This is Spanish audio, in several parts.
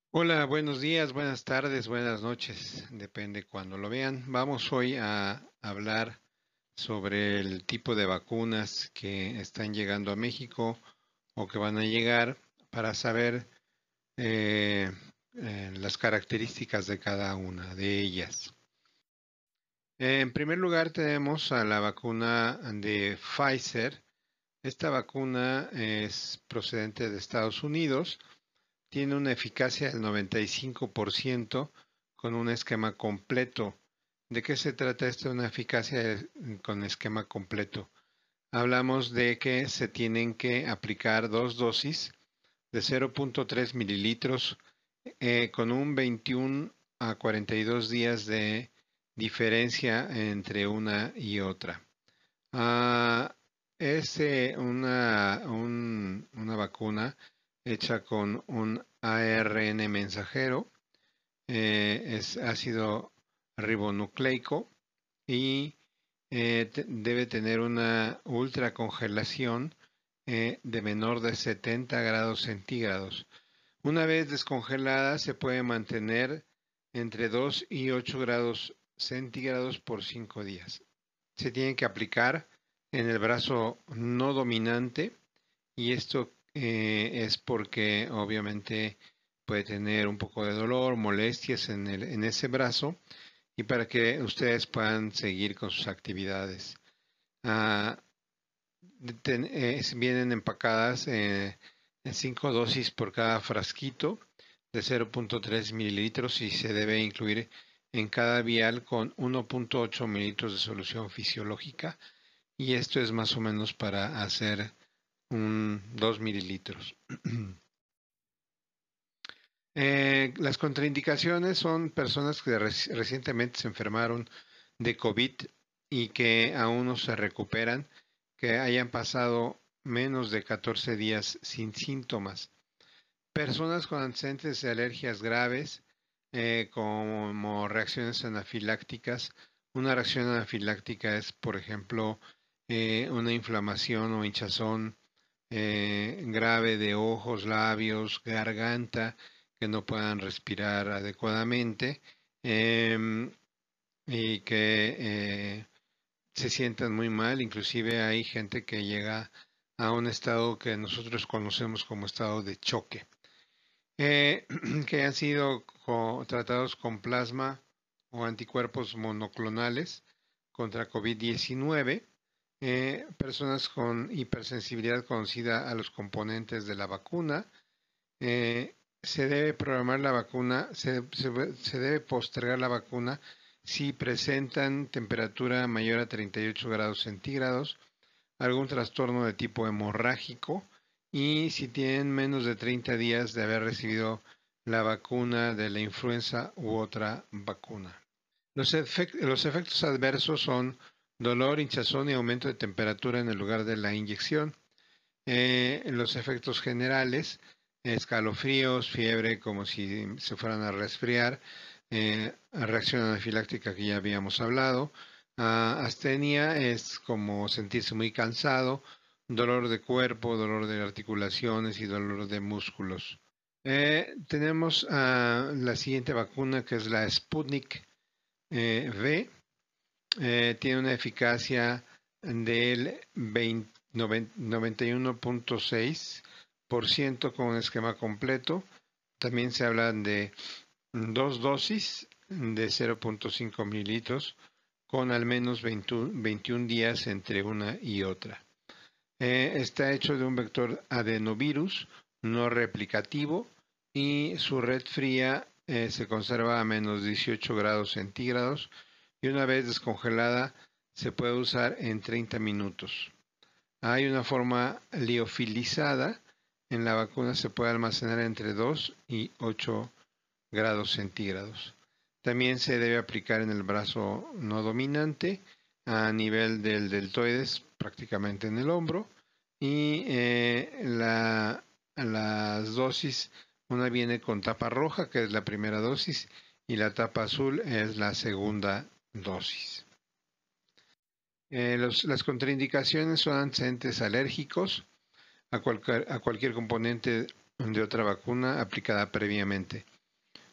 Hola, buenos días, buenas tardes, buenas noches, depende cuando lo vean. Vamos hoy a hablar sobre el tipo de vacunas que están llegando a México o que van a llegar para saber eh, las características de cada una de ellas. En primer lugar tenemos a la vacuna de Pfizer. Esta vacuna es procedente de Estados Unidos. Tiene una eficacia del 95% con un esquema completo. ¿De qué se trata esto? Una eficacia con esquema completo. Hablamos de que se tienen que aplicar dos dosis de 0.3 mililitros con un 21 a 42 días de diferencia entre una y otra. Ah, es una vacuna hecha con un ARN mensajero, es ácido ribonucleico y debe tener una ultracongelación de menor de 70 grados centígrados. Una vez descongelada se puede mantener entre 2 y 8 grados centígrados por 5 días. Se tiene que aplicar en el brazo no dominante y esto es porque obviamente puede tener un poco de dolor, molestias en ese brazo y para que ustedes puedan seguir con sus actividades. Ah, Vienen empacadas en 5 dosis por cada frasquito de 0.3 mililitros y se debe incluir en cada vial con 1.8 mililitros de solución fisiológica y esto es más o menos para hacer 2 mililitros. Las contraindicaciones son personas que recientemente se enfermaron de COVID y que aún no se recuperan, que hayan pasado menos de 14 días sin síntomas. Personas con antecedentes de alergias graves, como reacciones anafilácticas. Una reacción anafiláctica es, por ejemplo, una inflamación o hinchazón grave de ojos, labios, garganta, que no puedan respirar adecuadamente y que se sientan muy mal. Inclusive hay gente que llega a un estado que nosotros conocemos como estado de choque, eh, que han sido tratados con plasma o anticuerpos monoclonales contra COVID-19, personas con hipersensibilidad conocida a los componentes de la vacuna. Se debe programar la vacuna, se debe postergar la vacuna si presentan temperatura mayor a 38 grados centígrados, algún trastorno de tipo hemorrágico y si tienen menos de 30 días de haber recibido la vacuna de la influenza u otra vacuna. Los efectos adversos son dolor, hinchazón y aumento de temperatura en el lugar de la inyección. Los efectos generales, escalofríos, fiebre como si se fueran a resfriar, reacción anafiláctica que ya habíamos hablado, astenia es como sentirse muy cansado, dolor de cuerpo, dolor de articulaciones y dolor de músculos. Tenemos la siguiente vacuna que es la Sputnik V. Tiene una eficacia del 91.6% con un esquema completo. También se hablan de dos dosis de 0.5 mililitros con al menos 21 días entre una y otra. Está hecho de un vector adenovirus no replicativo y su red fría se conserva a menos 18 grados centígrados y una vez descongelada se puede usar en 30 minutos. Hay una forma liofilizada. En la vacuna se puede almacenar entre 2 y 8 grados centígrados. También se debe aplicar en el brazo no dominante a nivel del deltoides, prácticamente en el hombro. Y las dosis, una viene con tapa roja, que es la primera dosis, y la tapa azul es la segunda dosis. Las contraindicaciones son antecedentes alérgicos a cualquier componente de otra vacuna aplicada previamente.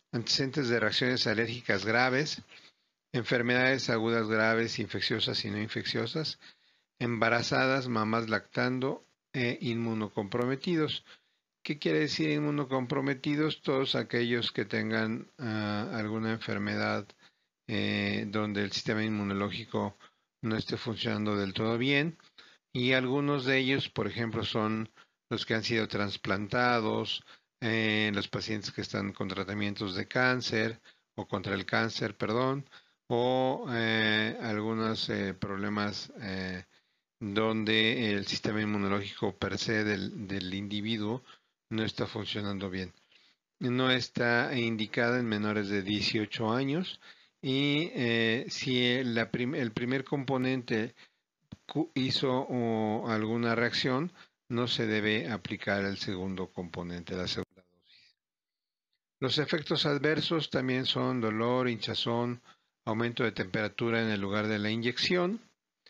antecedentes de reacciones alérgicas graves, enfermedades agudas graves, infecciosas y no infecciosas, embarazadas, mamás lactando e inmunocomprometidos. ¿Qué quiere decir inmunocomprometidos? Todos aquellos que tengan alguna enfermedad donde el sistema inmunológico no esté funcionando del todo bien. Y algunos de ellos, por ejemplo, son los que han sido trasplantados, los pacientes que están con tratamientos de cáncer o contra el cáncer, perdón, o algunos problemas donde el sistema inmunológico per se del individuo no está funcionando bien. No está indicada en menores de 18 años y si el primer componente hizo alguna reacción, no se debe aplicar el segundo componente, la segunda dosis. Los efectos adversos también son dolor, hinchazón, aumento de temperatura en el lugar de la inyección.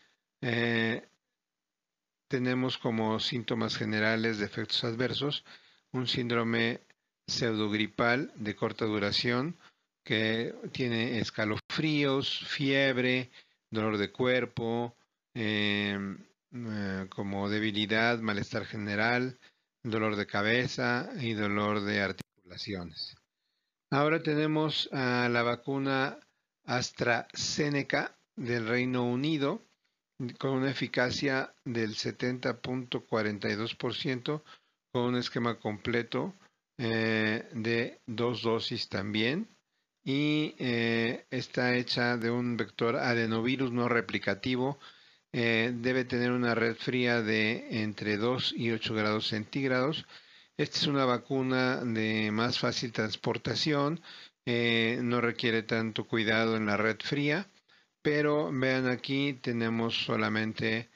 Tenemos como síntomas generales de efectos adversos un síndrome pseudogripal de corta duración que tiene escalofríos, fiebre, dolor de cuerpo, como debilidad, malestar general, dolor de cabeza y dolor de articulaciones. Ahora tenemos a la vacuna AstraZeneca del Reino Unido con una eficacia del 70.42%, con un esquema completo de 2 dosis también, y está hecha de un vector adenovirus no replicativo. Debe tener una red fría de entre 2 y 8 grados centígrados. Esta es una vacuna de más fácil transportación, no requiere tanto cuidado en la red fría, pero vean aquí tenemos solamente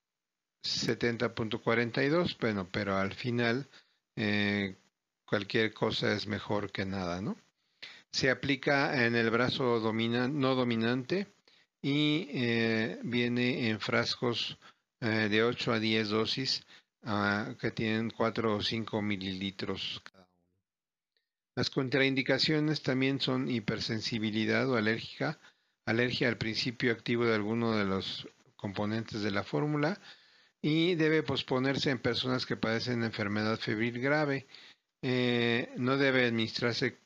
70.42, bueno, pero al final cualquier cosa es mejor que nada, ¿no? Se aplica en el brazo no dominante y viene en frascos de 8 a 10 dosis que tienen 4 o 5 mililitros cada uno. Las contraindicaciones también son hipersensibilidad o alergia al principio activo de alguno de los componentes de la fórmula y debe posponerse en personas que padecen enfermedad febril grave. No debe administrarse,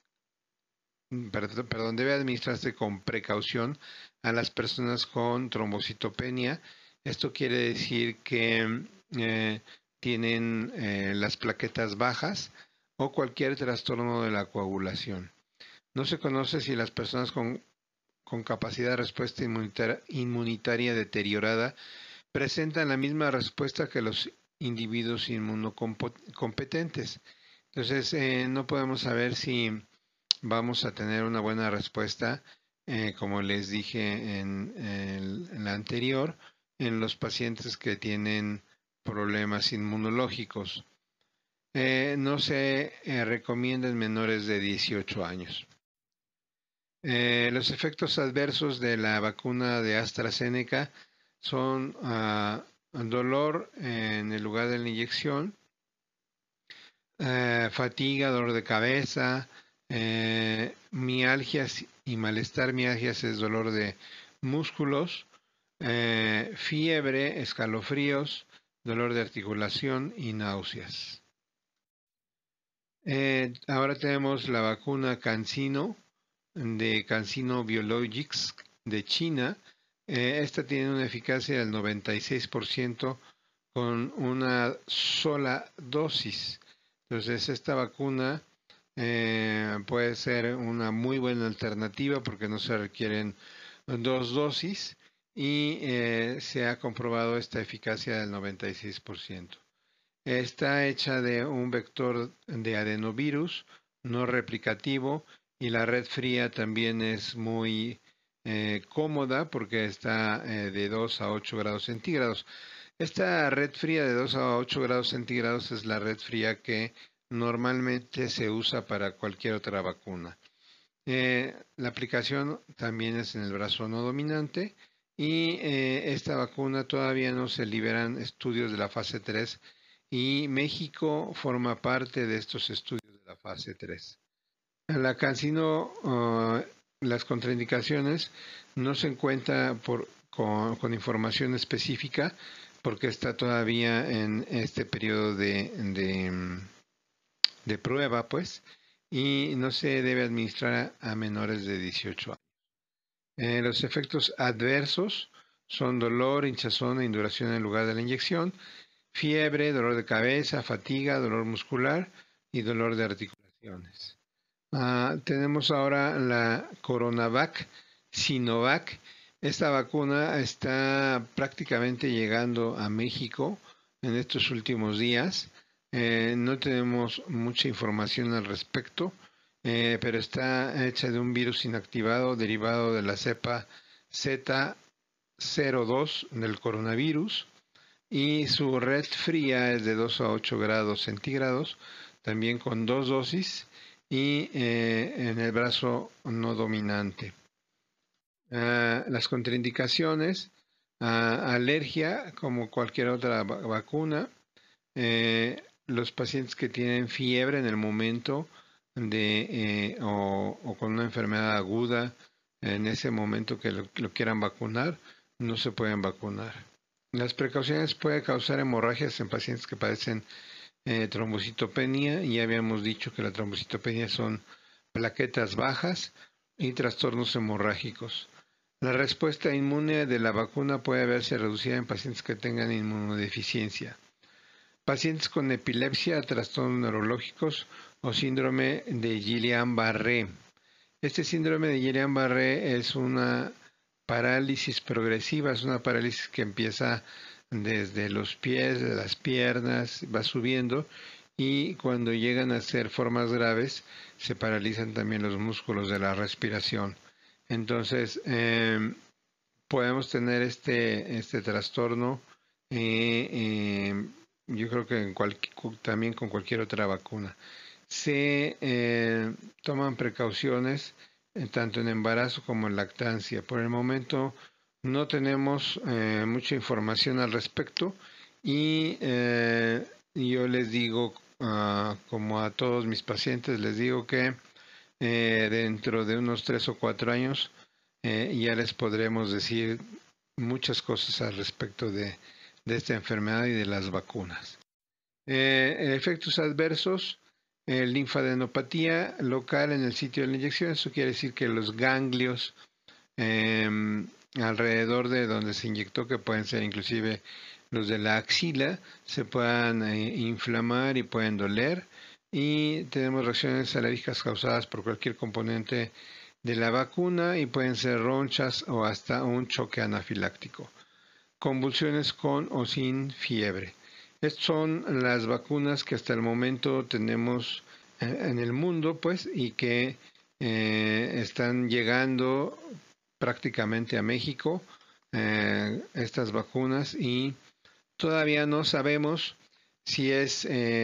debe administrarse con precaución a las personas con trombocitopenia. Esto quiere decir que tienen las plaquetas bajas o cualquier trastorno de la coagulación. No se conoce si las personas con capacidad de respuesta inmunitaria deteriorada presentan la misma respuesta que los individuos inmunocompetentes. Entonces, no podemos saber si vamos a tener una buena respuesta, como les dije en la anterior, en los pacientes que tienen problemas inmunológicos. No se recomienda en menores de 18 años. Los efectos adversos de la vacuna de AstraZeneca son dolor en el lugar de la inyección, fatiga, dolor de cabeza, mialgias y malestar. Mialgias es dolor de músculos, fiebre, escalofríos, dolor de articulación y náuseas. Ahora tenemos la vacuna CanSino de CanSino Biologics de China. Esta tiene una eficacia del 96% con una sola dosis. Entonces, esta vacuna puede ser una muy buena alternativa porque no se requieren 2 dosis y se ha comprobado esta eficacia del 96%. Está hecha de un vector de adenovirus no replicativo y la red fría también es muy cómoda porque está de 2 a 8 grados centígrados. Esta red fría de 2 a 8 grados centígrados es la red fría que normalmente se usa para cualquier otra vacuna. La aplicación también es en el brazo no dominante y esta vacuna todavía no se liberan estudios de la fase 3 y México forma parte de estos estudios de la fase 3. La Cancino, las contraindicaciones no se encuentra con información específica porque está todavía en este periodo de prueba, pues, y no se debe administrar a menores de 18 años. Los efectos adversos son dolor, hinchazón e induración en lugar de la inyección, fiebre, dolor de cabeza, fatiga, dolor muscular y dolor de articulaciones. Tenemos ahora la Coronavac, Sinovac. Esta vacuna está prácticamente llegando a México en estos últimos días. No tenemos mucha información al respecto, pero está hecha de un virus inactivado derivado de la cepa Z02 del coronavirus y su red fría es de 2 a 8 grados centígrados, también con 2 dosis y en el brazo no dominante. Las contraindicaciones, alergia como cualquier otra vacuna, los pacientes que tienen fiebre en el momento o con una enfermedad aguda en ese momento que lo quieran vacunar, no se pueden vacunar. Las precauciones pueden causar hemorragias en pacientes que padecen trombocitopenia. Ya habíamos dicho que la trombocitopenia son plaquetas bajas y trastornos hemorrágicos. La respuesta inmune de la vacuna puede verse reducida en pacientes que tengan inmunodeficiencia. Pacientes con epilepsia, trastornos neurológicos o síndrome de Guillain-Barré. Este síndrome de Guillain-Barré es una parálisis progresiva, es una parálisis que empieza desde los pies, de las piernas, va subiendo y cuando llegan a ser formas graves se paralizan también los músculos de la respiración. Entonces podemos tener este trastorno, yo creo que también con cualquier otra vacuna. Se toman precauciones tanto en embarazo como en lactancia. Por el momento no tenemos mucha información al respecto y yo les digo, como a todos mis pacientes, les digo que dentro de unos 3 o 4 años ya les podremos decir muchas cosas al respecto de esta enfermedad y de las vacunas. Efectos adversos, linfadenopatía local en el sitio de la inyección. Eso quiere decir que los ganglios alrededor de donde se inyectó, que pueden ser inclusive los de la axila, se puedan inflamar y pueden doler. Y tenemos reacciones alérgicas causadas por cualquier componente de la vacuna y pueden ser ronchas o hasta un choque anafiláctico. Convulsiones con o sin fiebre. Estas son las vacunas que hasta el momento tenemos en el mundo, pues, y que están llegando prácticamente a México, estas vacunas, y todavía no sabemos si es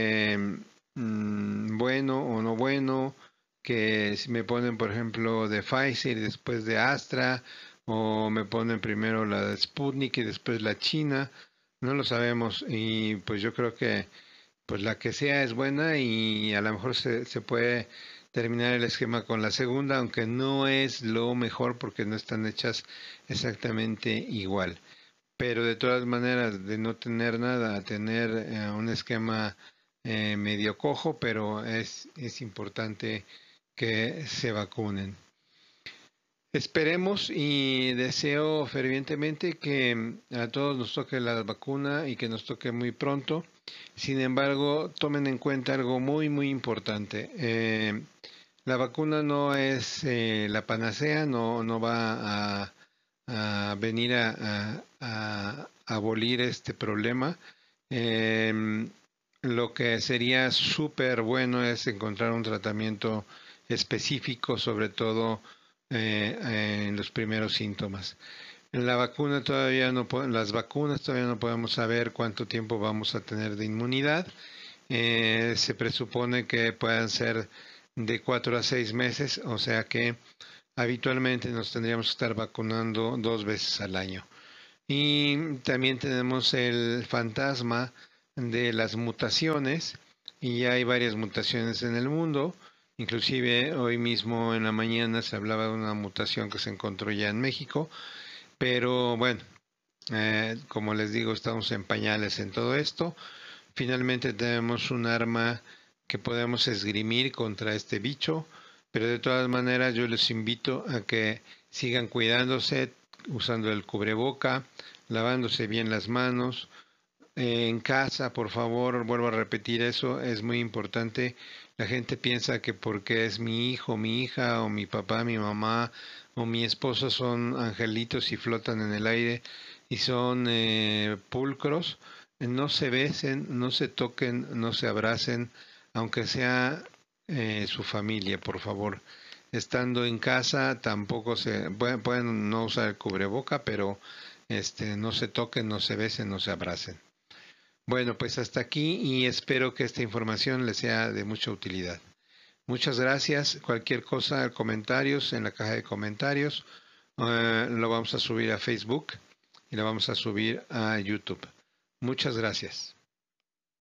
bueno o no bueno, que si me ponen, por ejemplo, de Pfizer y después de Astra, o me ponen primero la de Sputnik y después la China, no lo sabemos y pues yo creo que pues la que sea es buena y a lo mejor se puede terminar el esquema con la segunda, aunque no es lo mejor porque no están hechas exactamente igual. Pero de todas maneras, de no tener nada a tener un esquema medio cojo, pero es importante que se vacunen. Esperemos y deseo fervientemente que a todos nos toque la vacuna y que nos toque muy pronto. Sin embargo, tomen en cuenta algo muy, muy importante. La vacuna no es la panacea, no va a venir a abolir este problema. Lo que sería súper bueno es encontrar un tratamiento específico, sobre todo en los primeros síntomas. La vacuna todavía no, las vacunas todavía no podemos saber cuánto tiempo vamos a tener de inmunidad. Se presupone que puedan ser de 4 a 6 meses, o sea que habitualmente nos tendríamos que estar vacunando 2 veces al año. Y también tenemos el fantasma de las mutaciones, y ya hay varias mutaciones en el mundo. Inclusive hoy mismo en la mañana se hablaba de una mutación que se encontró ya en México, pero bueno, como les digo, estamos en pañales en todo esto. Finalmente tenemos un arma que podemos esgrimir contra este bicho, pero de todas maneras yo les invito a que sigan cuidándose, usando el cubreboca, lavándose bien las manos. En casa, por favor, vuelvo a repetir eso, es muy importante. La gente piensa que porque es mi hijo, mi hija, o mi papá, mi mamá, o mi esposo son angelitos y flotan en el aire y son pulcros. No se besen, no se toquen, no se abracen, aunque sea su familia, por favor. Estando en casa, tampoco pueden no usar el cubreboca, pero no se toquen, no se besen, no se abracen. Bueno, pues hasta aquí y espero que esta información les sea de mucha utilidad. Muchas gracias. Cualquier cosa, comentarios en la caja de comentarios. Lo vamos a subir a Facebook y lo vamos a subir a YouTube. Muchas gracias.